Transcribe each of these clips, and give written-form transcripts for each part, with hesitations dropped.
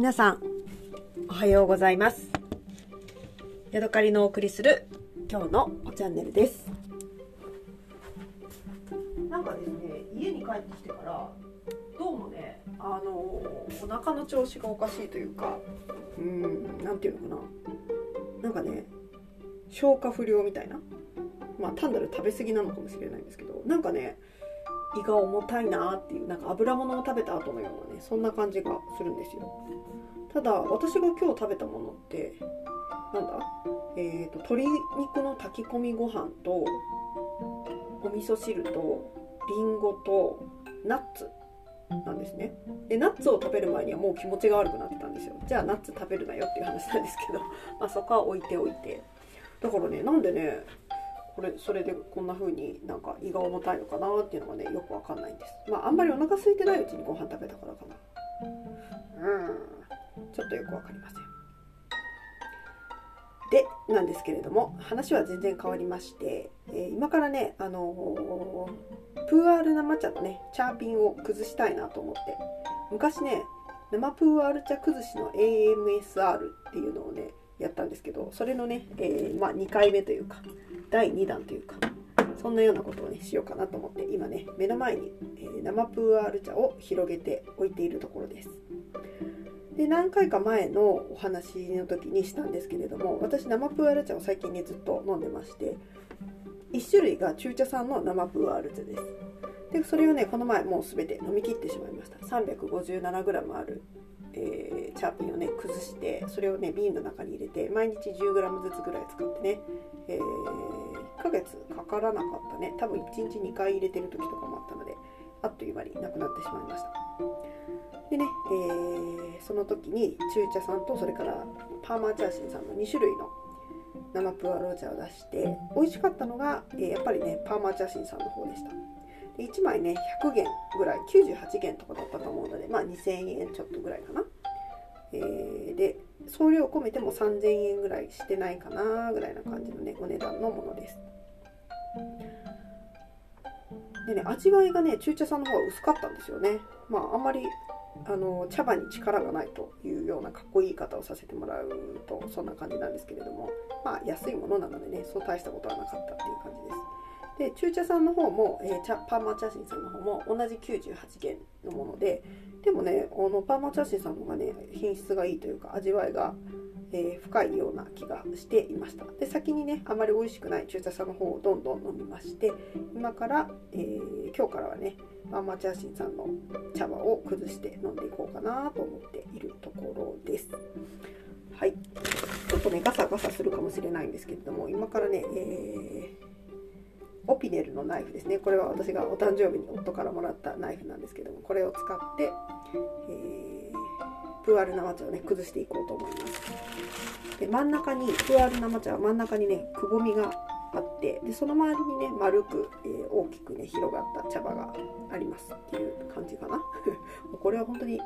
皆さんおはようございます。ヤドカリのお送りする今日のチャンネルです。なんかですね、家に帰ってきてからどうもね、お腹の調子がおかしいというか、なんていうのかな、なんかね、消化不良みたいな、単なる食べ過ぎなのかもしれないんですけど、なんかね、胃が重たいなっていう、なんか油物を食べた後のようなね、そんな感じがするんですよ。ただ私が今日食べたものってなんだ、鶏肉の炊き込みご飯とお味噌汁とリンゴとナッツなんですね。でナッツを食べる前にはもう気持ちが悪くなってたんですよ。じゃあナッツ食べるなよっていう話なんですけど、そこは置いておいて、だからね、なんでねそれでこんな風になんか胃が重たいのかなっていうのがね、よくわかんないんです。あんまりお腹空いてないうちにご飯食べたからかな。ちょっとよくわかりません。でなんですけれども、話は全然変わりまして、今からね、プーアール生茶のねチャーピンを崩したいなと思って、昔ね生プーアール茶崩しの AMSR っていうのをねやったんですけど、それのね、2回目というか第2弾というか、そんなようなことをねしようかなと思って、今ね目の前に、生プーアール茶を広げておいているところです。で何回か前のお話の時にしたんですけれども、私生プーアール茶を最近ねずっと飲んでまして、1種類が中茶さんの生プーアール茶です。でそれをねこの前もう全て飲み切ってしまいました。 357g ある、チャーピンをね崩して、それをね瓶の中に入れて毎日 10g ずつぐらい使ってね、1ヶ月かからなかったね。多分1日2回入れてる時とかもあったので、あっという間になくなってしまいました。でね、その時に中茶さんとそれからパーマーチャーシンさんの2種類の生プーアール茶を出して、美味しかったのが、やっぱりねパーマーチャーシンさんの方でした。で1枚ね100元ぐらい、98元とかだったと思うので、2000円ちょっとぐらいかな。で送料込めても3000円ぐらいしてないかなぐらいな感じのねお値段のものです。でね、味わいがね中茶さんの方は薄かったんですよね。あんまり茶葉に力がないというようなかっこいい言い方をさせてもらうとそんな感じなんですけれども、安いものなのでね、そう大したことはなかったっていう感じです。で中茶さんの方も、パーマーチャーシンさんの方も同じ98元のもので、でもねパーマーチャーシンさんの方がね品質がいいというか味わいが、深いような気がしていました。で先にねあまり美味しくない中茶さんの方をどんどん飲みまして、今から、今日からはねパーマーチャーシンさんの茶葉を崩して飲んでいこうかなと思っているところです。はい、ちょっとねガサガサするかもしれないんですけれども、今からね、オピネルのナイフですね。これは私がお誕生日に夫からもらったナイフなんですけども、これを使って、プーアール生茶をね崩していこうと思います。で真ん中にプーアール生茶は真ん中にねくぼみがあって、でその周りにね丸く、大きくね広がった茶葉がありますっていう感じかな。これは本当に、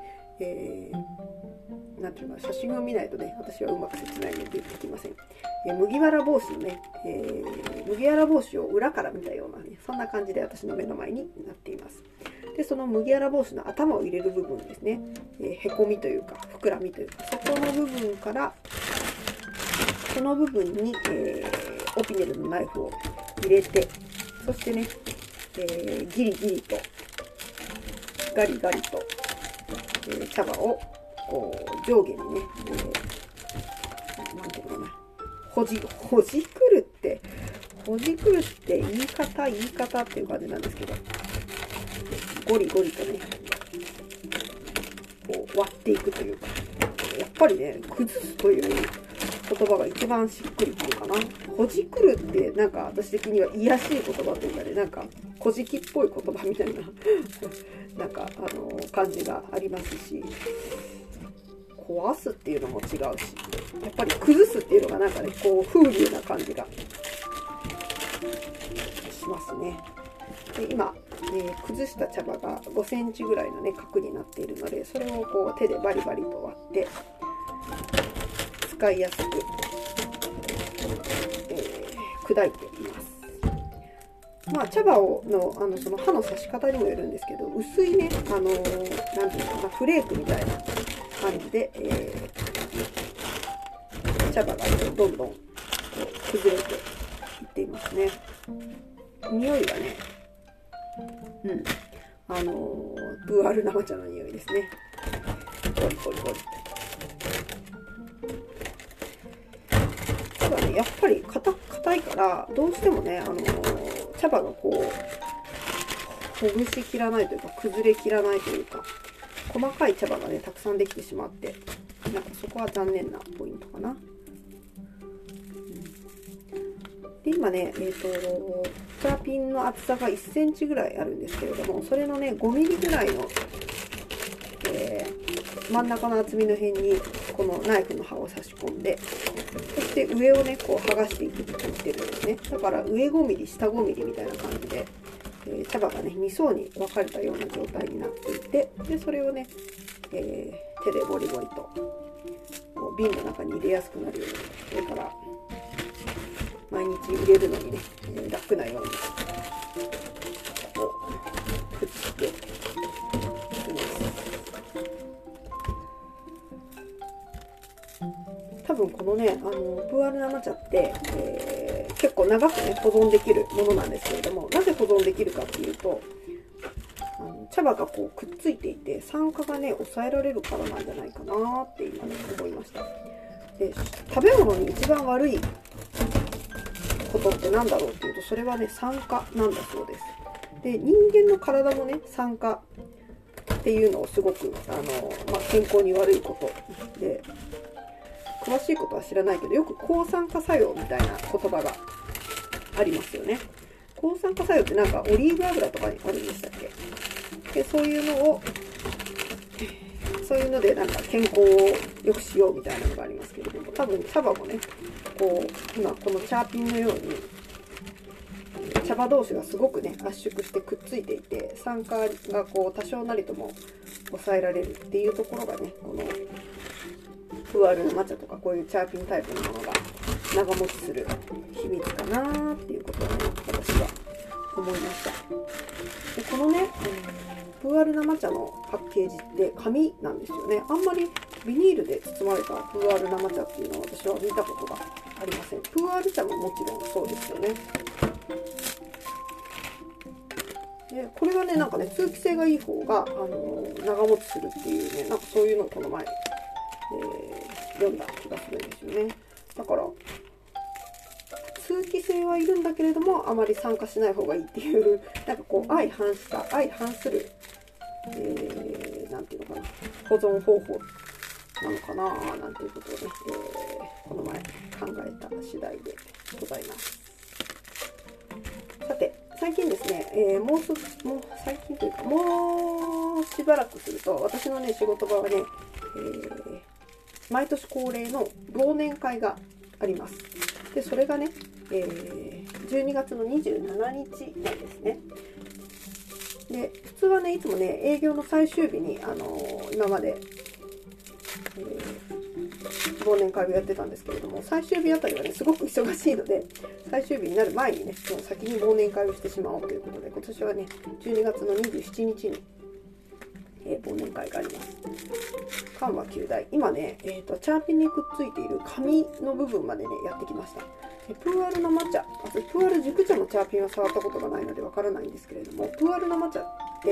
なんていうか写真を見ないとね私はうまく説明できません。麦わら帽子のね、麦わら帽子を裏から見たようなね、そんな感じで私の目の前になっています。でその麦わら帽子の頭を入れる部分ですね、へこみというか膨らみというか、そこの部分からその部分に、オピネルのナイフを入れて、そしてね、ギリギリとガリガリと、茶葉をこう上下にね、なんていうのかな、ほじくるって言い方っていう感じなんですけど、ゴリゴリとねこう割っていくというか、やっぱりね崩すという言葉が一番しっくりくるかな。ほじくるってなんか私的には癒しい言葉というかね、なんか古事記っぽい言葉みたいななんか感じがありますし、壊すっていうのも違うし、やっぱり崩すっていうのがなんかねこう風流な感じがしますね。で今、崩した茶葉が5センチぐらいのね角になっているので、それをこう手でバリバリと割って使いやすく、砕いています。茶葉のその刃の刺し方にもよるんですけど、薄いねなんていうのかな、フレークみたいな感じで、茶葉がどんどん崩れていっていますね。匂いはね、プーアール生茶の匂いですね。ゴリゴリゴリ。ただね、やっぱり硬いからどうしてもね、茶葉がこうほぐしきらないというか、崩れきらないというか、細かい茶葉がねたくさんできてしまって、なんかそこは残念なポイントかな。で今ね、チャーピンの厚さが1センチぐらいあるんですけれども、それのね5ミリぐらいの、真ん中の厚みの辺にこのナイフの刃を差し込んで、そして上をねこう剥がしていってるんですね。だから上5ミリ下5ミリみたいな感じで、茶葉がね2層に分かれたような状態になっていて、でそれをね、手でゴリゴリとこう瓶の中に入れやすくなるように、それから毎日入れるのにね、楽なようにこう振っていきます。多分このね、プーアール生茶って、結構長くね保存できるものなんですけれども、なぜ保存できるかっていうと、茶葉がこうくっついていて酸化がね抑えられるからなんじゃないかなって今ね思いました。で、食べ物に一番悪いことって何だろうっていうと、それはね酸化なんだそうです。で、人間の体もね酸化っていうのをすごく健康に悪いことで、詳しいことは知らないけど、よく抗酸化作用みたいな言葉がありますよね。抗酸化作用ってなんかオリーブ油とかにあるんでしたっけ。でそういうのでなんか健康を良くしようみたいなのがありますけれども、多分茶葉もねこう今このチャーピンのように茶葉同士がすごくね圧縮してくっついていて、酸化がこう多少なりとも抑えられるっていうところがね、このプーアールの抹茶とかこういうチャーピンタイプのものが長持ちする秘密かなっていうことをね私は思いました。でこのね、プーアール生茶のパッケージって紙なんですよね。あんまりビニールで包まれたプーアール生茶っていうのは私は見たことがありません。プーアール茶ももちろんそうですよね。でこれがねなんかね通気性がいい方が長持ちするっていうね、なんかそういうのをこの前、読んだ気がするんですよね。だから通気性はいるんだけれどもあまり酸化しない方がいいっていう、なんかこう相反する、なんていうのかな、保存方法なのかななんていうことをね、この前考えた次第でございます。さて最近ですね、もう最近というかもうしばらくすると私のね仕事場はね、毎年恒例の忘年会があります。でそれがね、12月の27日なんですね。で普通はねいつもね営業の最終日に、今まで、忘年会をやってたんですけれども、最終日あたりはねすごく忙しいので、最終日になる前にねもう先に忘年会をしてしまおうということで、今年はね12月の27日に、忘年会があります。缶は9台。今ね、チャーピンにくっついている紙の部分までねやってきました。プーアール生茶、プーアール熟茶のチャーピンは触ったことがないのでわからないんですけれども、プーアール生茶って、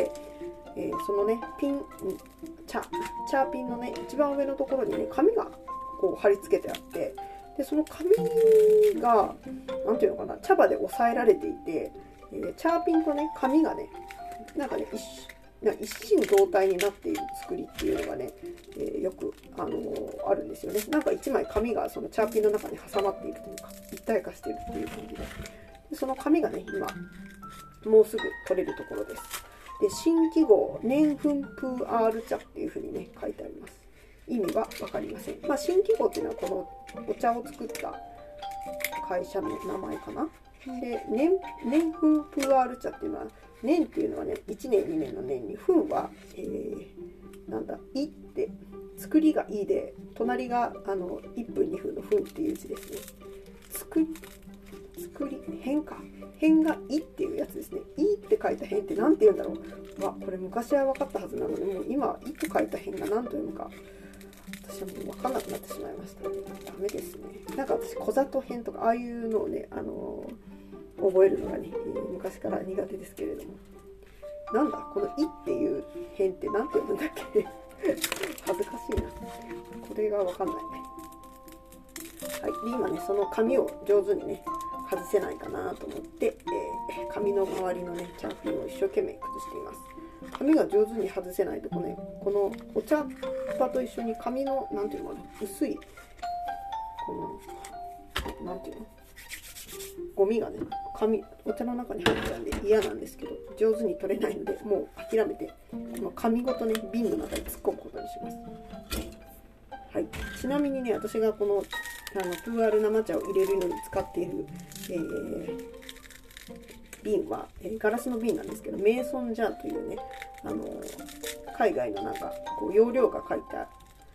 そのねチャーピンのね一番上のところにね紙がこう貼り付けてあって、でその紙がなんていうのかな、茶葉で押さえられていて、チャーピンとね紙がねなんかね一心同体になっている作りっていうのがね、よく、あるんですよね。なんか一枚紙がそのチャーピンの中に挟まっているというか一体化しているっていう感じで、その紙がね今もうすぐ取れるところです。で新記号年粉プーアール茶っていう風にね書いてあります。意味は分かりません。新記号っていうのはこのお茶を作った会社の名前かな。で年粉プーアール茶っていうのは、年っていうのはね1年2年の年に、粉は、なんだいって作りがいいで、隣が1分2分の分っていう字ですね。作り変がいっていうやつですね。いって書いた変って何て言うんだろう。これ昔は分かったはずなので、もう今いって書いた変が何と読むか私はもう分かんなくなってしまいました。ダメですね。なんか私小里編とかああいうのをね、覚えるのがね、昔から苦手ですけれども、なんだこの「い」っていう編って何て読むんだっけ恥ずかしいな、これが分かんない。はい、で今ねその紙を上手にね外せないかなと思って、紙の周りのねチャーピンを一生懸命崩しています。紙が上手に外せないとこのお茶っ葉と一緒に紙のなんていうのかな、薄いこのなんていうのゴミがねお茶の中に入っちゃうんで嫌なんですけど、上手に取れないのでもう諦めてこの紙ごとね瓶の中に突っ込むことにします。はい、ちなみにね私がこのプーアール生茶を入れるのに使っている、瓶は、ガラスの瓶なんですけど、メイソンジャーというね、海外のなんかこう容量が書いた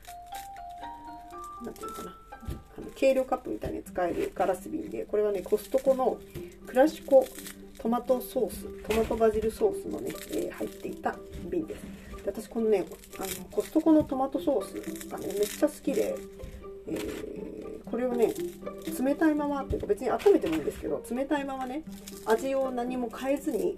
なんていうのかな、計量カップみたいに使えるガラス瓶で、これはねコストコのクラシコトマトソース、トマトバジルソースのね、入っていた瓶です。で私このねコストコのトマトソースがねめっちゃ好きで、これをね冷たいままっていうか、別に温めてもいいんですけど、冷たいままね味を何も変えずに、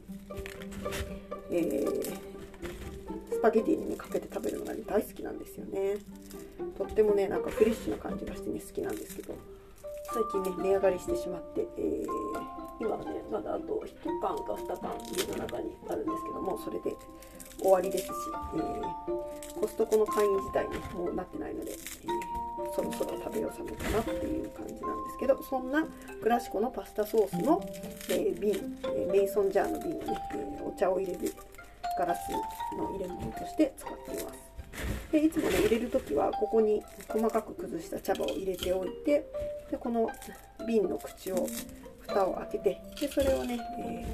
スパゲティにねかけて食べるのが、ね、大好きなんですよね。とってもねなんかフレッシュな感じがしてね好きなんですけど、最近ね値上がりしてしまって、今はねまだあと1缶か2缶家の中にあるんですけども、それで終わりですし、コストコの会員自体にもうなってないので、そろそろ食べよさめかなっていう感じなんですけど、そんなクラシコのパスタソースの、瓶、メイソンジャーの瓶をね、お茶を入れるガラスの入れ物として使っています。でいつもね入れるときはここに細かく崩した茶葉を入れておいて、でこの瓶の口を蓋を開けて、でそれをね、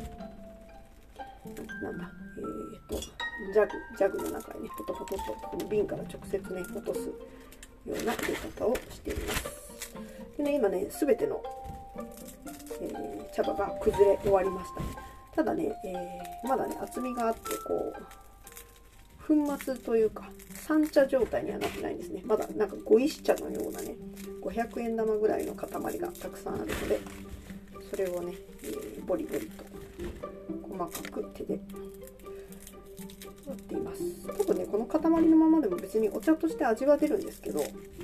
ジャグの中にねポトポトとこの瓶から直接ね落とすような入れ方をしています。でね今ね全ての、茶葉が崩れ終わりました。ただね、まだね厚みがあってこう粉末というか三茶状態にはなってないんですね。まだなんか5石茶のようなね500円玉ぐらいの塊がたくさんあるので、それをね、ボリボリと細かく手で割っています。多分ねこの塊のままでも別にお茶として味は出るんですけど、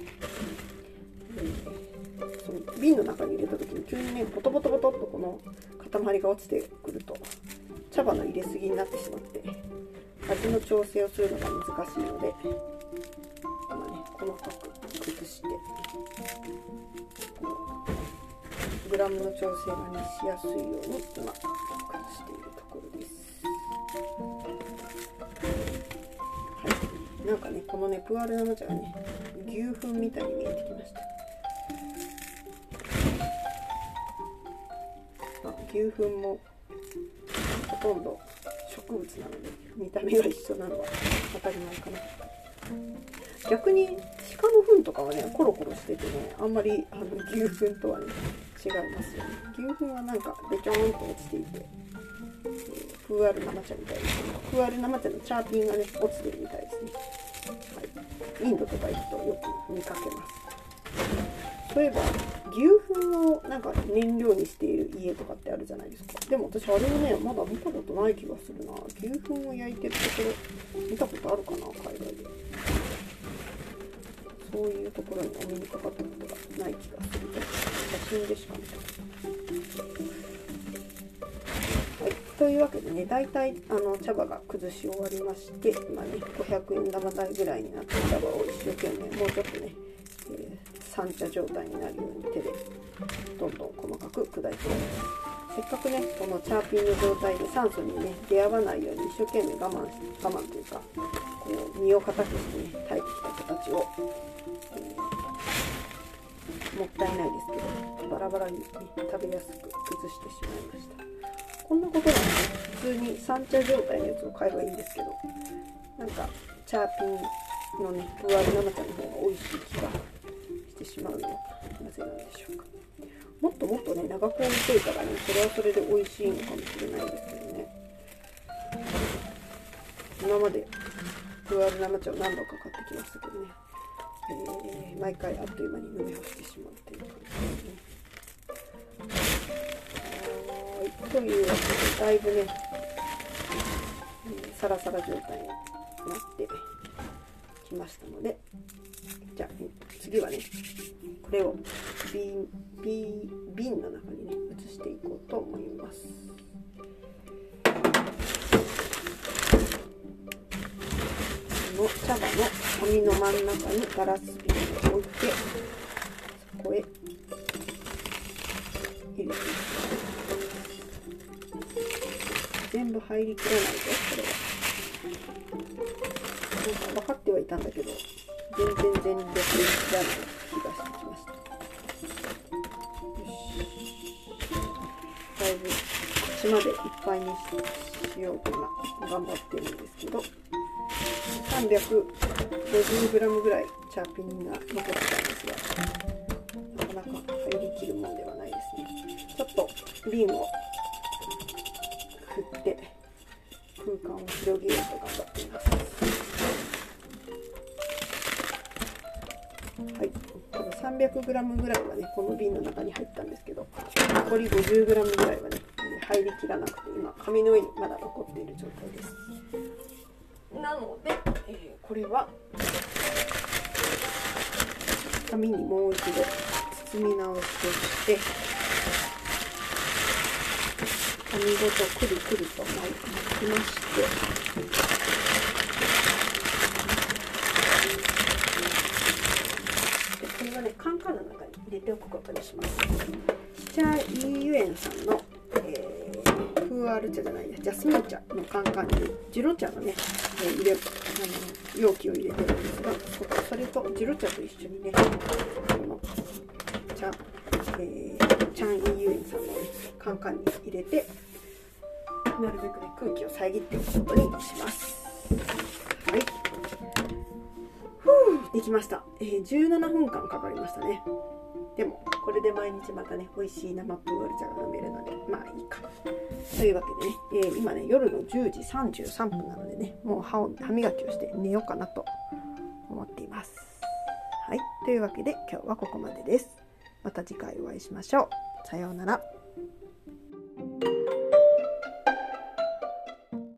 その瓶の中に入れた時に急にねポトポトポトっとこの塊が落ちてくると茶葉の入れすぎになってしまって味の調整をするのが難しいので、今ね細かく崩してグラムの調整がねしやすいように今崩しているところです。はい、なんかねこのねプーアール生茶がね牛糞みたいに見えてきました。牛糞もほとんど植物なので見た目が一緒なのは当たり前かな。逆に鹿の糞とかはねコロコロしててねあんまり牛糞とはね違いますよね。牛糞はなんかベチョーンと落ちていて、プーアール生茶みたいですね。プーアール生茶のチャーピンがね落ちてるみたいですね。はい、インドとか行くとよく見かけます。そういえば牛糞をなんか燃料にしている家とかってあるじゃないですか。でも私あれをねまだ見たことない気がするな。牛糞を焼いてるところ見たことあるかな、海外で。そういうところにお目にかかったことがない気がする。写真でしか見たことない。はい、というわけでね大体茶葉が崩し終わりまして、今ね500円玉台ぐらいになった茶葉を一生懸命もうちょっとね、三茶状態になるように手でどんどん細かく砕いています。せっかくねこのチャーピンの状態で酸素にね出会わないように一生懸命我慢というかこう身を硬くしてね耐えてきた子たちを、もったいないですけどバラバラに、ね、食べやすく崩してしまいました。こんなことなんで、ね、普通に三茶状態のやつを買えばいいんですけど、なんかチャーピンのねプーアール生茶の方が美味しい気がしてしまうのはなぜなんでしょうか。もっともっとね長く置いといたらねそれはそれで美味しいのかもしれないですけどね。今までプーアール生茶を何度か買ってきましたけどね、 毎回あっという間に飲み干してしまうという感じですね。はい、というわけでだいぶね、サラサラ状態になってきましたので、じゃあ、次はねこれを瓶の中にね移していこうと思います。この茶葉の紙の真ん中にガラス瓶を置いて、そこへ入れていきます。全部入りきらないで、これはなんか分かってはいたんだけど、全然入りきらない気がしてきました。だいぶ口までいっぱいにしようと今頑張ってるんですけど、350g ぐらいチャーピンが残ってたんですが、なかなか入りきるもんではないですね。ちょっと瓶を振って空間を広げようと頑張っています。はい、300g ぐらいはねこの瓶の中に入ったんですけど、残り 50g ぐらいはね入りきらなくて、今紙の上にまだ残っている状態です。なので、これは紙にもう一度包み直して紙ごとくるくると巻きまして、これはねカンカンの中に入れておくことにします。シチャーイーユエンさんの、プーアール茶じゃないやジャスミン茶のカンカンにジュロ茶のね、容器を入れてるんですが、それとジュロ茶と一緒にねこのチャンイーユエンさんの、ね、カンカンに入れて、なるべくね空気を遮っていくことにします。はい、できました。17分間かかりましたね。でもこれで毎日またね美味しい生プーアル茶が飲めるのでまあいいかというわけでね、今ね夜の10時33分なのでね、もう歯磨きをして寝ようかなと思っています。はい、というわけで今日はここまでです。また次回お会いしましょう。さようなら。